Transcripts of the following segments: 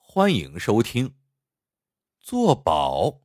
欢迎收听做保。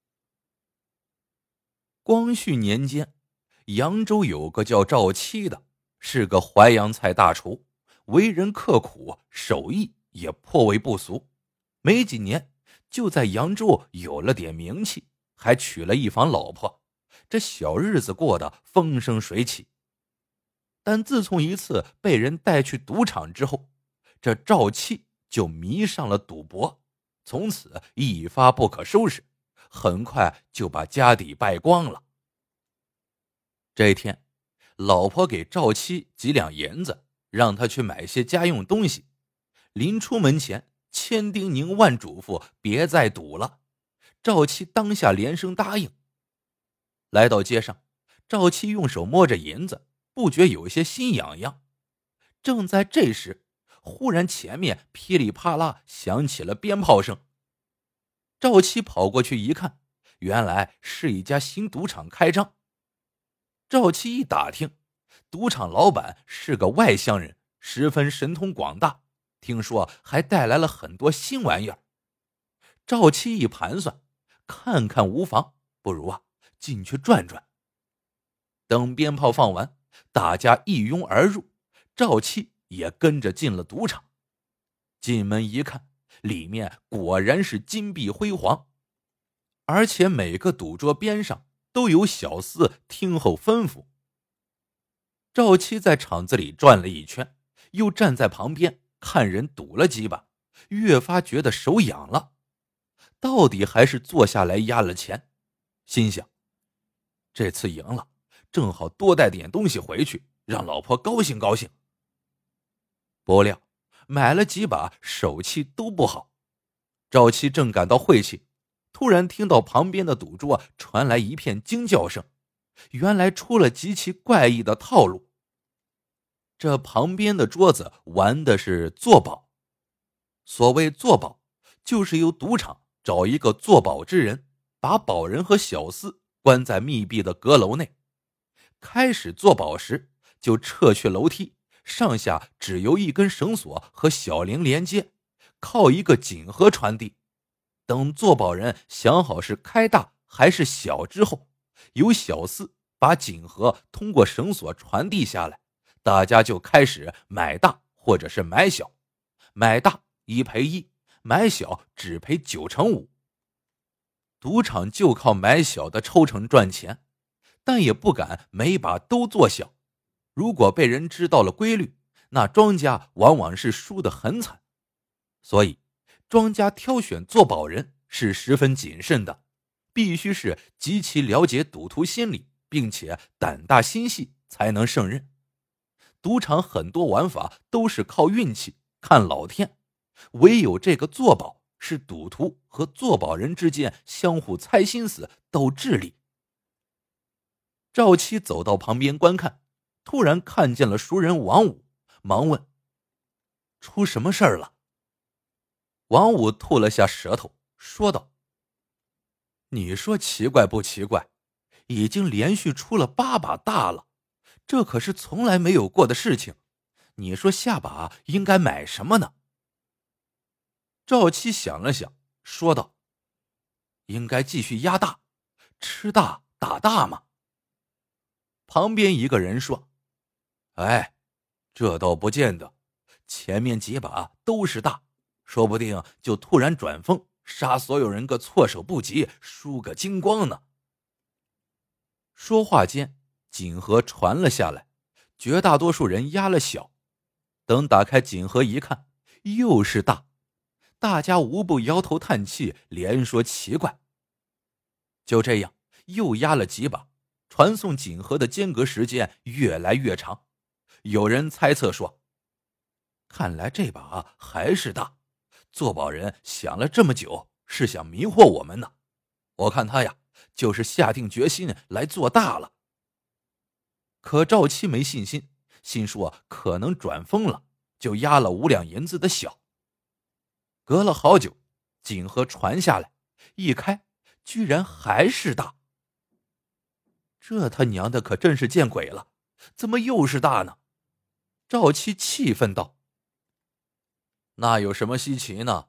光绪年间，扬州有个叫赵七的，是个淮扬菜大厨，为人刻苦，手艺也颇为不俗。没几年就在扬州有了点名气，还娶了一房老婆，这小日子过得风生水起。但自从一次被人带去赌场之后，这赵七就迷上了赌博，从此一发不可收拾，很快就把家底败光了。这一天，老婆给赵七几两银子，让他去买些家用东西。临出门前，千叮咛万嘱咐，别再赌了。赵七当下连声答应。来到街上，赵七用手摸着银子，不觉有些心痒痒。正在这时，忽然前面噼里啪啦响起了鞭炮声。赵七跑过去一看，原来是一家新赌场开张。赵七一打听，赌场老板是个外乡人，十分神通广大，听说还带来了很多新玩意儿。赵七一盘算，看看无妨，不如进去转转。等鞭炮放完，大家一拥而入，赵七也跟着进了赌场。进门一看，里面果然是金碧辉煌，而且每个赌桌边上都有小厮听候吩咐。赵七在场子里转了一圈，又站在旁边看人赌了几把，越发觉得手痒了，到底还是坐下来压了钱，心想这次赢了，正好多带点东西回去，让老婆高兴高兴。不料买了几把，手气都不好。赵七正感到晦气，突然听到旁边的赌桌传来一片惊叫声，原来出了极其怪异的套路。这旁边的桌子玩的是做保。所谓做保，就是由赌场找一个做保之人，把保人和小厮关在密闭的阁楼内。开始做保时，就撤去楼梯，上下只由一根绳索和小铃连接，靠一个锦盒传递。等做保人想好是开大还是小之后，由小厮把锦盒通过绳索传递下来，大家就开始买大或者是买小，买大1赔1，买小只赔9成5。赌场就靠买小的抽成赚钱，但也不敢每把都做小，如果被人知道了规律，那庄家往往是输得很惨。所以庄家挑选做保人是十分谨慎的，必须是极其了解赌徒心理，并且胆大心细才能胜任。赌场很多玩法都是靠运气，看老天，唯有这个做保是赌徒和做保人之间相互猜心思、斗智力。赵七走到旁边观看，突然看见了熟人王五，忙问：出什么事儿了？王五吐了下舌头，说道：你说奇怪不奇怪？已经连续出了8把大了，这可是从来没有过的事情。你说下把应该买什么呢？赵七想了想，说道：应该继续压大，吃大打大嘛。旁边一个人说：哎，这倒不见得，前面几把都是大，说不定就突然转风，杀所有人个措手不及，输个精光呢。说话间，锦盒传了下来，绝大多数人压了小。等打开锦盒一看，又是大，大家无不摇头叹气，连说奇怪。就这样又压了几把，传送锦盒的间隔时间越来越长。有人猜测说，看来这把还是大，做保人想了这么久，是想迷惑我们呢。我看他呀，就是下定决心来做大了。可赵七没信心，心说可能转疯了，就压了5两银子的小。隔了好久，锦盒传下来，一开，居然还是大。这他娘的可真是见鬼了，怎么又是大呢？赵七气愤道：那有什么稀奇呢？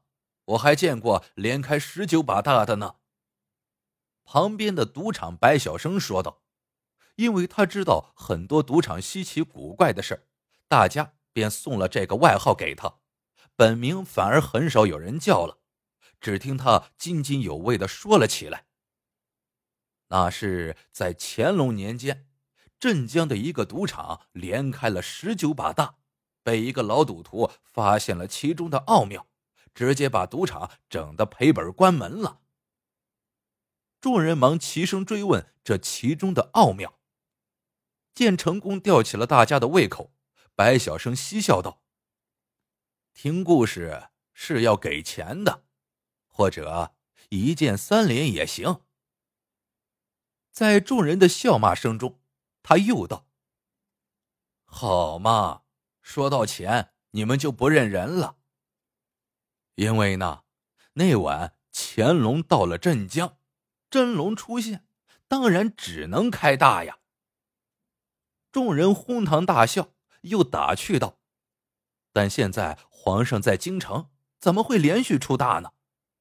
我还见过连开19把大的呢。旁边的赌场白小生说道，因为他知道很多赌场稀奇古怪的事，大家便送了这个外号给他，本名反而很少有人叫了。只听他津津有味地说了起来。那是在乾隆年间，镇江的一个赌场连开了19把大，被一个老赌徒发现了其中的奥妙，直接把赌场整得赔本关门了。众人忙齐声追问这其中的奥妙。见成功吊起了大家的胃口，白小生嬉笑道：听故事是要给钱的，或者一键3连也行。在众人的笑骂声中，他又道：好嘛，说到钱你们就不认人了。因为呢，那晚乾隆到了镇江，真龙出现，当然只能开大呀。众人哄堂大笑，又打趣道：但现在皇上在京城，怎么会连续出大呢？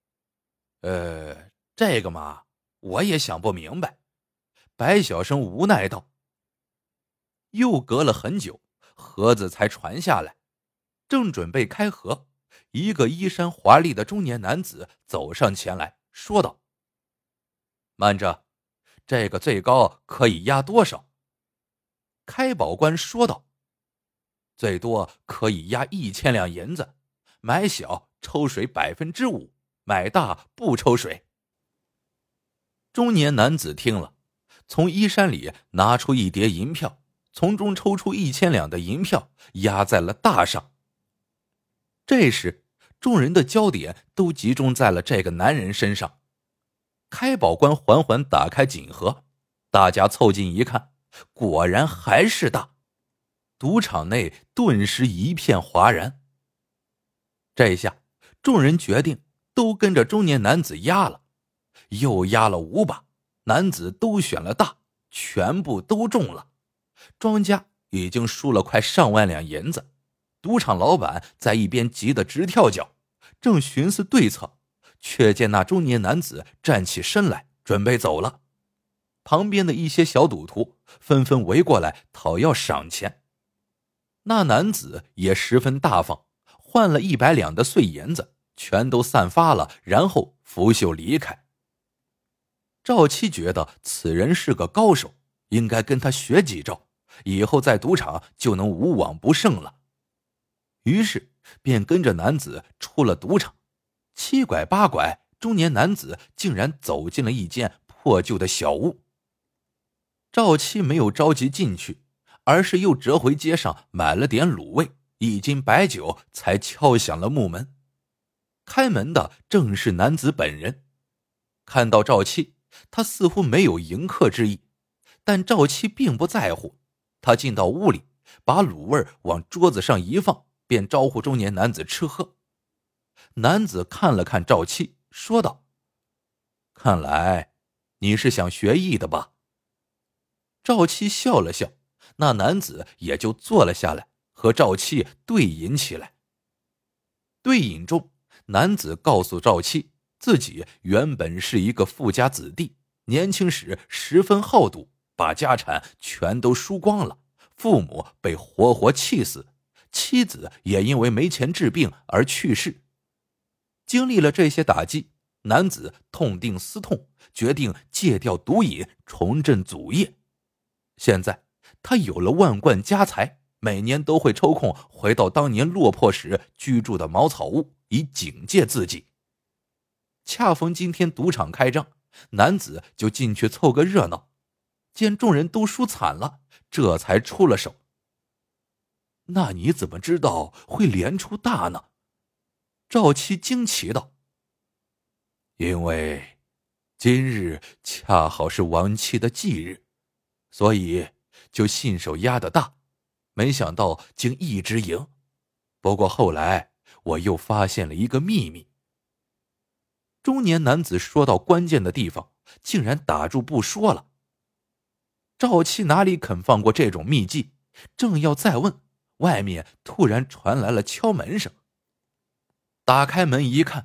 这个嘛，我也想不明白。白小生无奈道。又隔了很久，盒子才传下来，正准备开盒，一个衣衫华丽的中年男子走上前来说道：慢着，这个最高可以压多少？开宝官说道：最多可以压1000两银子，买小抽水5%，买大不抽水。中年男子听了，从衣衫里拿出一叠银票，从中抽出1000两的银票，压在了大上。这时众人的焦点都集中在了这个男人身上。开宝官缓缓打开锦盒，大家凑近一看，果然还是大。赌场内顿时一片哗然。这下众人决定都跟着中年男子压了，又压了5把，男子都选了大，全部都中了。庄家已经输了快上万两银子，赌场老板在一边急得直跳脚，正寻思对策，却见那中年男子站起身来准备走了。旁边的一些小赌徒纷纷围过来讨要赏钱。那男子也十分大方，换了100两的碎银子，全都散发了，然后拂袖离开。赵七觉得此人是个高手，应该跟他学几招，以后在赌场就能无往不胜了。于是便跟着男子出了赌场，七拐八拐，中年男子竟然走进了一间破旧的小屋。赵七没有着急进去，而是又折回街上买了点卤味，1斤白酒，才敲响了木门。开门的正是男子本人。看到赵七，他似乎没有迎客之意，但赵七并不在乎。他进到屋里，把卤味往桌子上一放，便招呼中年男子吃喝。男子看了看赵七，说道：看来你是想学艺的吧？赵七笑了笑，那男子也就坐了下来，和赵七对饮起来。对饮中，男子告诉赵七，自己原本是一个富家子弟，年轻时十分好赌，把家产全都输光了，父母被活活气死，妻子也因为没钱治病而去世。经历了这些打击，男子痛定思痛，决定戒掉毒瘾，重振祖业。现在他有了万贯家财，每年都会抽空回到当年落魄时居住的茅草屋，以警戒自己。恰逢今天赌场开张，男子就进去凑个热闹，见众人都输惨了，这才出了手。那你怎么知道会连出大呢？赵七惊奇道。因为今日恰好是亡妻的忌日，所以就信手压得大，没想到竟一直赢。不过后来我又发现了一个秘密。中年男子说到关键的地方，竟然打住不说了。赵七哪里肯放过这种秘技，正要再问，外面突然传来了敲门声。打开门一看，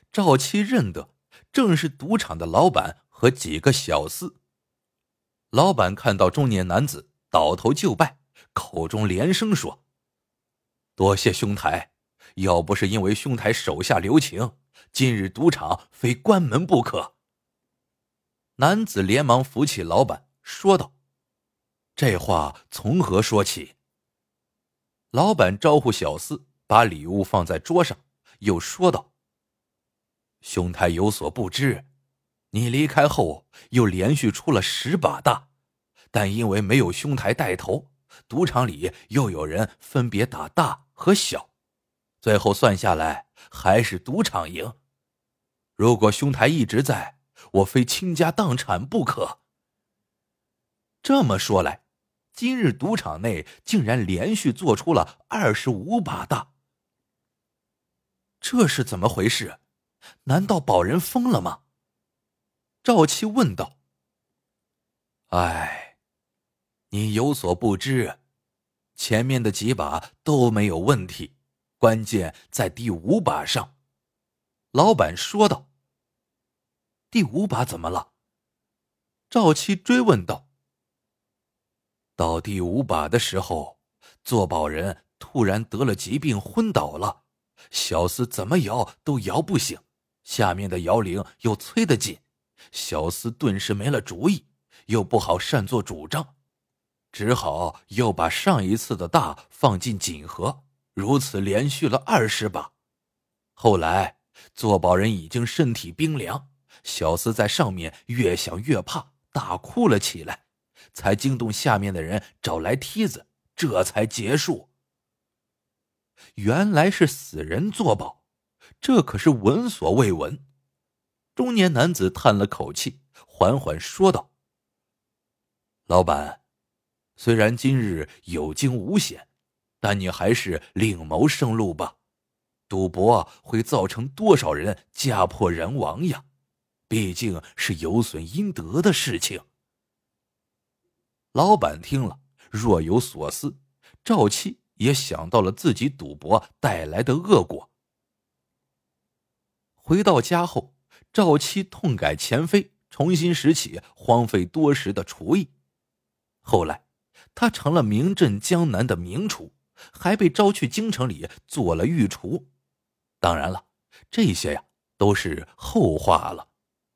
赵七认得正是赌场的老板和几个小厮。老板看到中年男子倒头就拜，口中连声说：多谢兄台，要不是因为兄台手下留情，今日赌场非关门不可。男子连忙扶起老板，说道：这话从何说起？老板招呼小厮把礼物放在桌上，又说道：兄台有所不知，你离开后又连续出了10把大，但因为没有兄台带头，赌场里又有人分别打大和小，最后算下来还是赌场赢。如果兄台一直在，我非倾家荡产不可。这么说来，今日赌场内竟然连续做出了25把大，这是怎么回事？难道保人疯了吗？赵七问道。哎，你有所不知，前面的几把都没有问题，关键在第5把上。老板说道。第5把怎么了？赵七追问道。到第5把的时候，做保人突然得了疾病昏倒了，小厮怎么摇都摇不醒，下面的摇铃又催得紧，小厮顿时没了主意，又不好擅作主张，只好又把上一次的大放进锦盒，如此连续了20把。后来做保人已经身体冰凉，小厮在上面越想越怕，大哭了起来，才惊动下面的人找来梯子，这才结束。原来是死人作保，这可是闻所未闻。中年男子叹了口气，缓缓说道：老板，虽然今日有惊无险，但你还是另谋生路吧。赌博会造成多少人家破人亡呀，毕竟是有损阴德的事情。老板听了若有所思，赵七也想到了自己赌博带来的恶果。回到家后，赵七痛改前非，重新拾起荒废多时的厨艺。后来他成了名震江南的名厨，还被招去京城里做了御厨。当然了，这些呀都是后话了。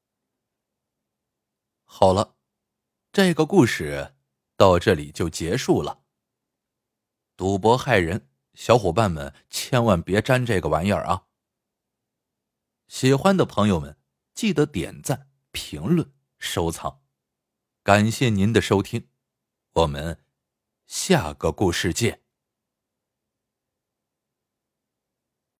好了，这个故事到这里就结束了。赌博害人，小伙伴们千万别沾这个玩意儿啊！喜欢的朋友们记得点赞、评论、收藏。感谢您的收听，我们下个故事见。